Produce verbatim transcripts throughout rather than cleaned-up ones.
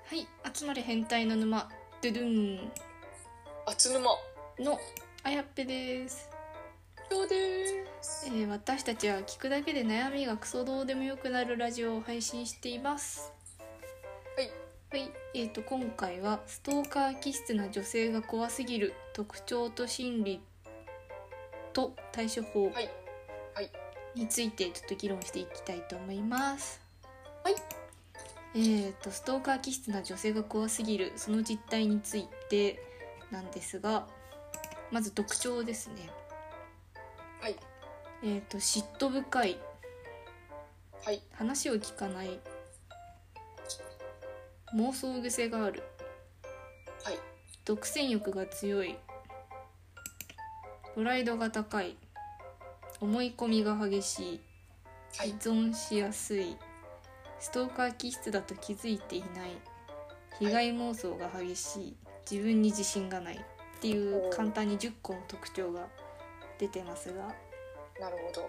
はい、集まれ変態の沼ドゥドゥンあつぬまのあやっぺです。 そうです、 えー私たちは聞くだけで悩みがクソどうでもよくなるラジオを配信しています。 はいはい、えーと今回はストーカー気質な女性が怖すぎる特徴と心理と対処法はいはいについてちょっと議論していきたいと思います。 はい。 えーとストーカー気質な女性が怖すぎるその実態についてなんですが、まず特徴ですね。 はいえーと嫉妬深い、 はい話を聞かない、妄想癖がある、 はい独占欲が強い、プライドが高い、思い込みが激しい、 はい依存しやすい、ストーカー気質だと気づいていない、被害妄想が激しい、自分に自信がないっていう簡単にじゅっこの特徴が出てますが、 なるほど。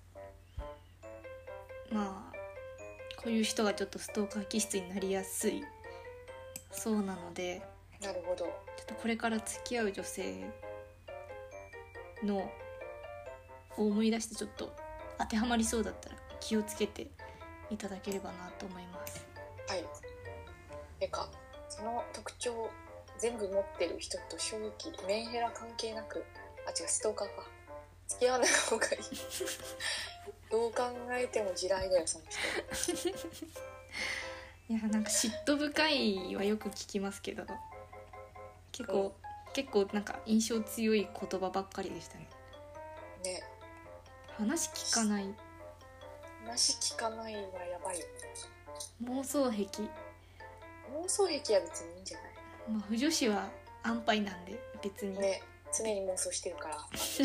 まあこういう人がちょっとストーカー気質になりやすいそうなので、 なるほど。 ちょっとこれから付き合う女性のを思い出してちょっと当てはまりそうだったら気をつけていただければなと思います。 はい。てかその特徴全部持ってる人と正直メンヘラ関係なく、あ違うストーカーか、付き合わない方がいいどう考えても地雷だよその人いやなんか嫉妬深いはよく聞きますけど、結構、うん、結構なんか印象強い言葉ばっかりでしたね。 ね。 話聞かない、 話聞かないはやばいよね。 妄想癖、 妄想癖は別にいいんじゃない。 まあ不女子は安牌なんで別にね、常に妄想してるから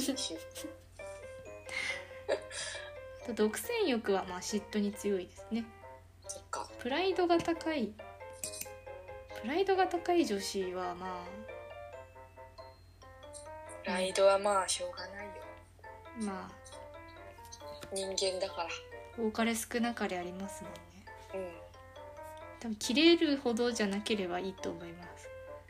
独占欲はまあ嫉妬に強いですね。 そっか。 プライドが高いプライドが高い女子はまあプライドはまあしょうがないよ。 まあ人間だから。 多かれ少なかれありますもんね。 うん多分切れるほどじゃなければいいと思います。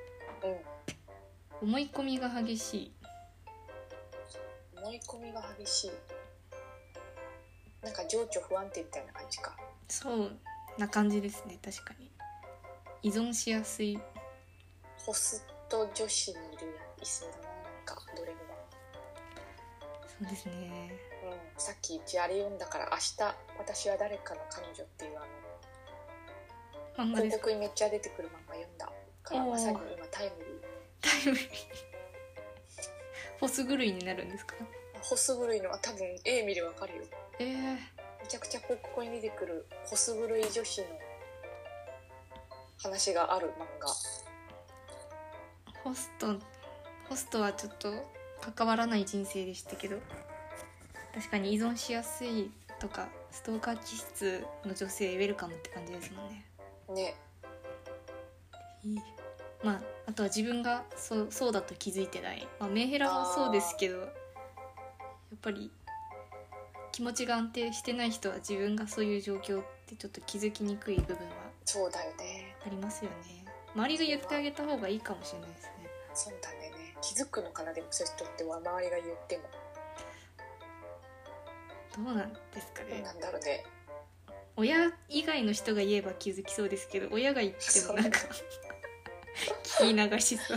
うん。 思い込みが激しい。 思い込みが激しい。なんか情緒不安定みたいな感じか。 そうな感じですね。確かに依存しやすい。 ホスト女子にいるやいそうだな。なんかどれも。 そうですね。 うん。さっきうちあれ読んだから明日私は誰かの彼女っていうあの漫画ですか。 広告にめっちゃ出てくる漫画読んだからまさに今タイムリー。 タイムリーホス狂いになるんですか。 ホス狂いのは多分絵見ればわかるよ。 えー、 めちゃくちゃ広告に出てくるホス狂い女子の話がある漫画。 ホストホストはちょっと関わらない人生でしたけど、確かに依存しやすいとかストーカー気質の女性ウェルカムって感じですもんね。 ね。 いい。まああとは自分がそう、そうだと気づいてない、まあ、メンヘラもそうですけど、やっぱり気持ちが安定してない人は自分がそういう状況ってちょっと気づきにくい部分はそうだよね。 ありますよね。周りが言ってあげた方がいいかもしれないですね。 そうだね。気づくのかな。でもそういう人っては周りが言ってもどうなんですかね。 どうなんだろうね。 親以外の人が言えば気づきそうですけど、親が言ってもなんか聞き流しそう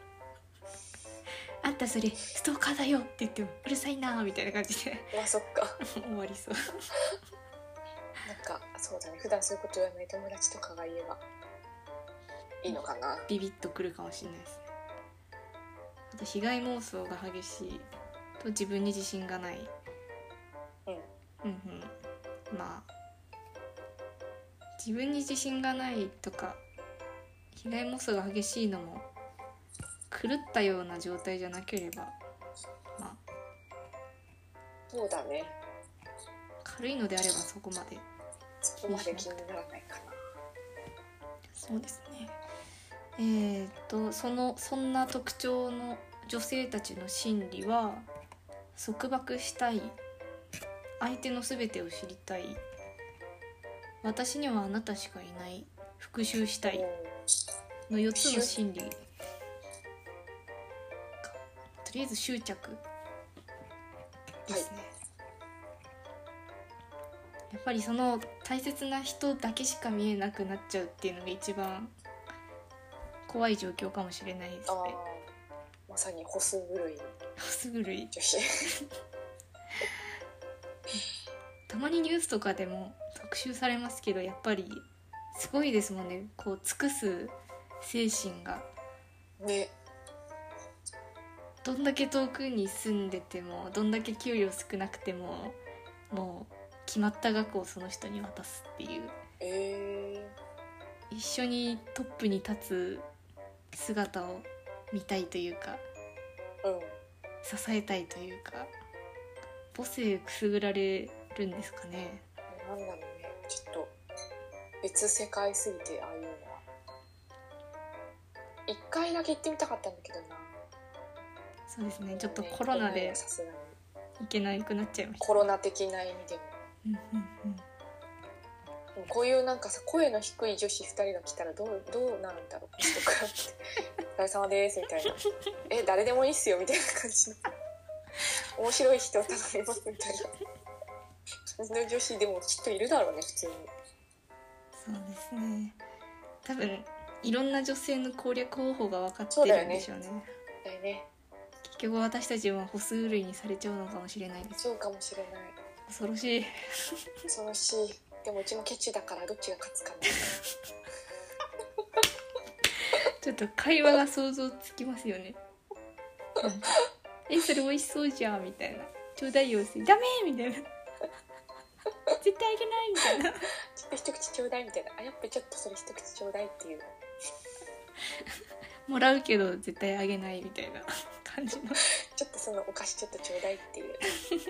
あんたそれストーカーだよって言ってもうるさいなみたいな感じでまあそっか終わりそうなんかそうだね。普段そういうこと言わない友達とかが言えばいいのかな。 ビビッとくるかもしれないですね。あと被害妄想が激しいと自分に自信がない。 うんうんうんまあ自分に自信がないとか被害妄想が激しいのも狂ったような状態じゃなければまあそうだね。 軽いのであればそこまでそこまで気にならないかな。 そうですね。えー、っとそのそんな特徴の女性たちの心理は束縛したい、相手の全てを知りたい、私にはあなたしかいない、 復讐したいのよっつの心理か。とりあえず執着ですね、はい、やっぱりその大切な人だけしか見えなくなっちゃうっていうのが一番怖い状況かもしれないですね。あ、 まさにホス狂いホス狂い女子たまにニュースとかでも特集されますけど、やっぱりすごいですもんね、こう尽くす精神がね。 どんだけ遠くに住んでても、どんだけ給料少なくても、もう決まった額をその人に渡すっていう、 えー、一緒にトップに立つ姿を見たいというか、 うん、 支えたいというか、母性くすぐられるんですかね。 なんだろうね、ちょっと別世界すぎて、ああいうのは一回だけ行ってみたかったんだけどな。 そうですね、ちょっとコロナで行けなくなっちゃいました。 コロナ的な意味でも、 うんうんうん、 でもこういうなんかさ、声の低い女子ふたりが来たらどう、どうなるんだろうとかお疲れ様ですみたいなえ、誰でもいいっすよみたいな感じの面白い人を頼みますみたいな感じの女子でもきっといるだろうね、普通に。 そうですね、多分いろんな女性の攻略方法が分かってるんでしょうね。 そうだよね。 結局私たちはホス狂いにされちゃうのかもしれないです。 そうかもしれない。 恐ろしい恐ろしい。でもうちもケチだからどっちが勝つかなちょっと会話が想像つきますよねえ、それ美味しそうじゃんみたいな、ちょうだいよってダメみたいな絶対あげないみたいなちょっと一口ちょうだいみたいな、あ、やっぱちょっとそれ一口ちょうだいっていうもらうけど絶対あげないみたいな感じのちょっとそのお菓子ちょっとちょうだいっていう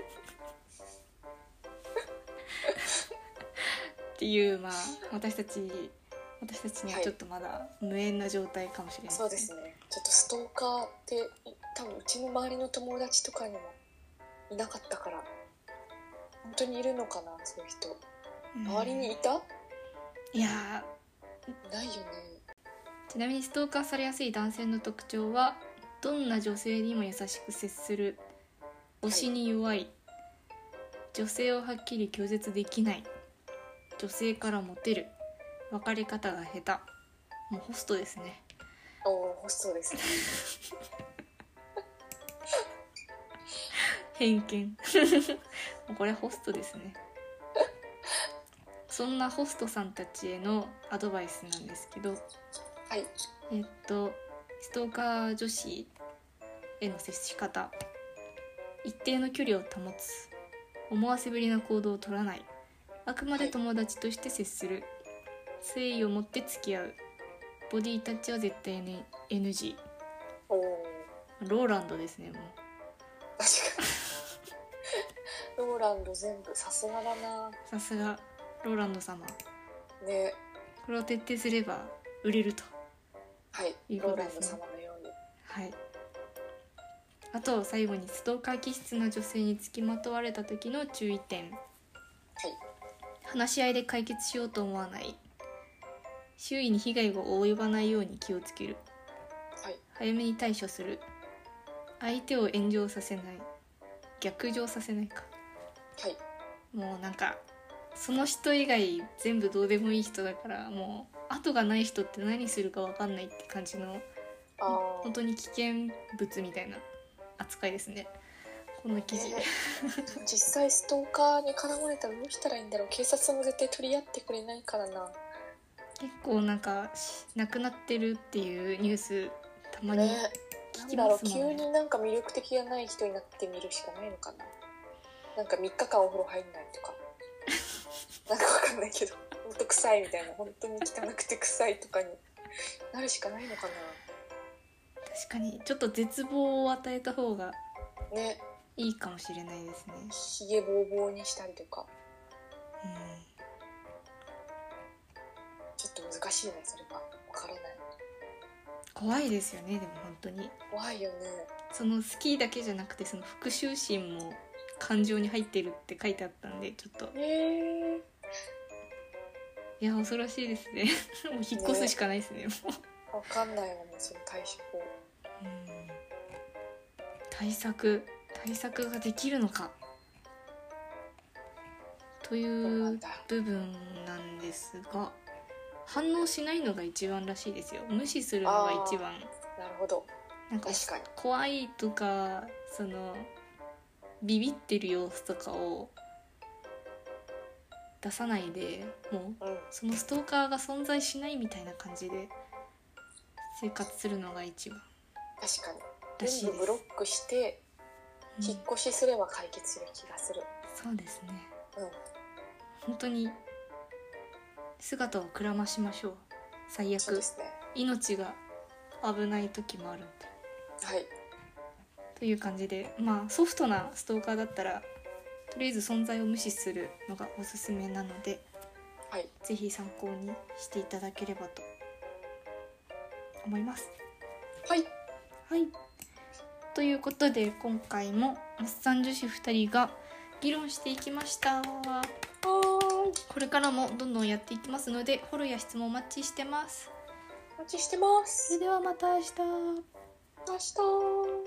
っていう、まあ私たち私たちにはちょっとまだ無縁な状態かもしれない、ね、 そうですね。ちょっとストーカーって多分うちの周りの友達とかにもいなかったから、本当にいるのかな、そういう人。周りにいた？ いやないよね。 ちなみにストーカーされやすい男性の特徴は、どんな女性にも優しく接する、推しに弱い、はい、女性をはっきり拒絶できない、女性からモテる、別れ方が下手。もうホストですね。 おお、ホストですね偏見もうこれホストですねそんなホストさんたちへのアドバイスなんですけど、 はい、 えっとストーカー女子への接し方、一定の距離を保つ、思わせぶりな行動を取らない、あくまで友達として接する、誠意を持って付き合う、ボディタッチは絶対に エヌジー。 おローランドですね。もう確かにローランド全部さすがだな。 さすがローランド様ね。 これを徹底すれば売れると、 はい、 いうことですね。 ローランド様のように。 はい。あと最後にストーカー気質な女性につきまとわれた時の注意点。 はい。 話し合いで解決しようと思わない、周囲に被害が及ばないように気をつける、 はい、 早めに対処する、相手を炎上させない、逆上させないか、 はい、 もうなんかその人以外全部どうでもいい人だから、もう後がない人って何するか分かんないって感じの、あ本当に危険物みたいな扱いですね、この記事、 えー、実際ストーカーに絡まれたらどうしたらいいんだろう。警察も絶対取り合ってくれないからな。 結構なんか亡くなってるっていうニュースたまに聞きますもんね。 なんだろう、急になんか魅力的じゃない人になってみるしかないのかな。なんかみっかかんお風呂入んないとかなんかわかんないけどほんと臭いみたいな、本当に汚くて臭いとかになるしかないのかな。 確かにちょっと絶望を与えた方がね、 いいかもしれないですね。 ひげぼうぼうにしたりとか、 うん、 ちょっと難しいね、それは。わからない。 怖いですよね。でも本当に怖いよね。 その好きだけじゃなくて、その復讐心も感情に入ってるって書いてあったんで、ちょっとへー、 いや恐ろしいですねもう引っ越すしかないですねもうわかんないわね、その対処法。 うん対策対策ができるのかという部分なんですが、反応しないのが一番らしいですよ。無視するのが一番。 なるほど。 なんか確かに怖いとかそのビビってる様子とかを出さないで、もううんそのストーカーが存在しないみたいな感じで生活するのが一番確かにらしいです。 全部ブロックしてうん引っ越しすれば解決する気がする。 そうですね。 うん本当に姿をくらましましょう。最悪そうですね。 命が危ない時もあるんではいという感じで、まあソフトなストーカーだったらとりあえず存在を無視するのがおすすめなので、 はいぜひ参考にしていただければと思います。 はいはい、ということで今回もおっさん女子ふたりが議論していきました。 はーいこれからもどんどんやっていきますのでフォローや質問お待ちしてます。 お待ちしてまそれす。 ではまた明日。 明日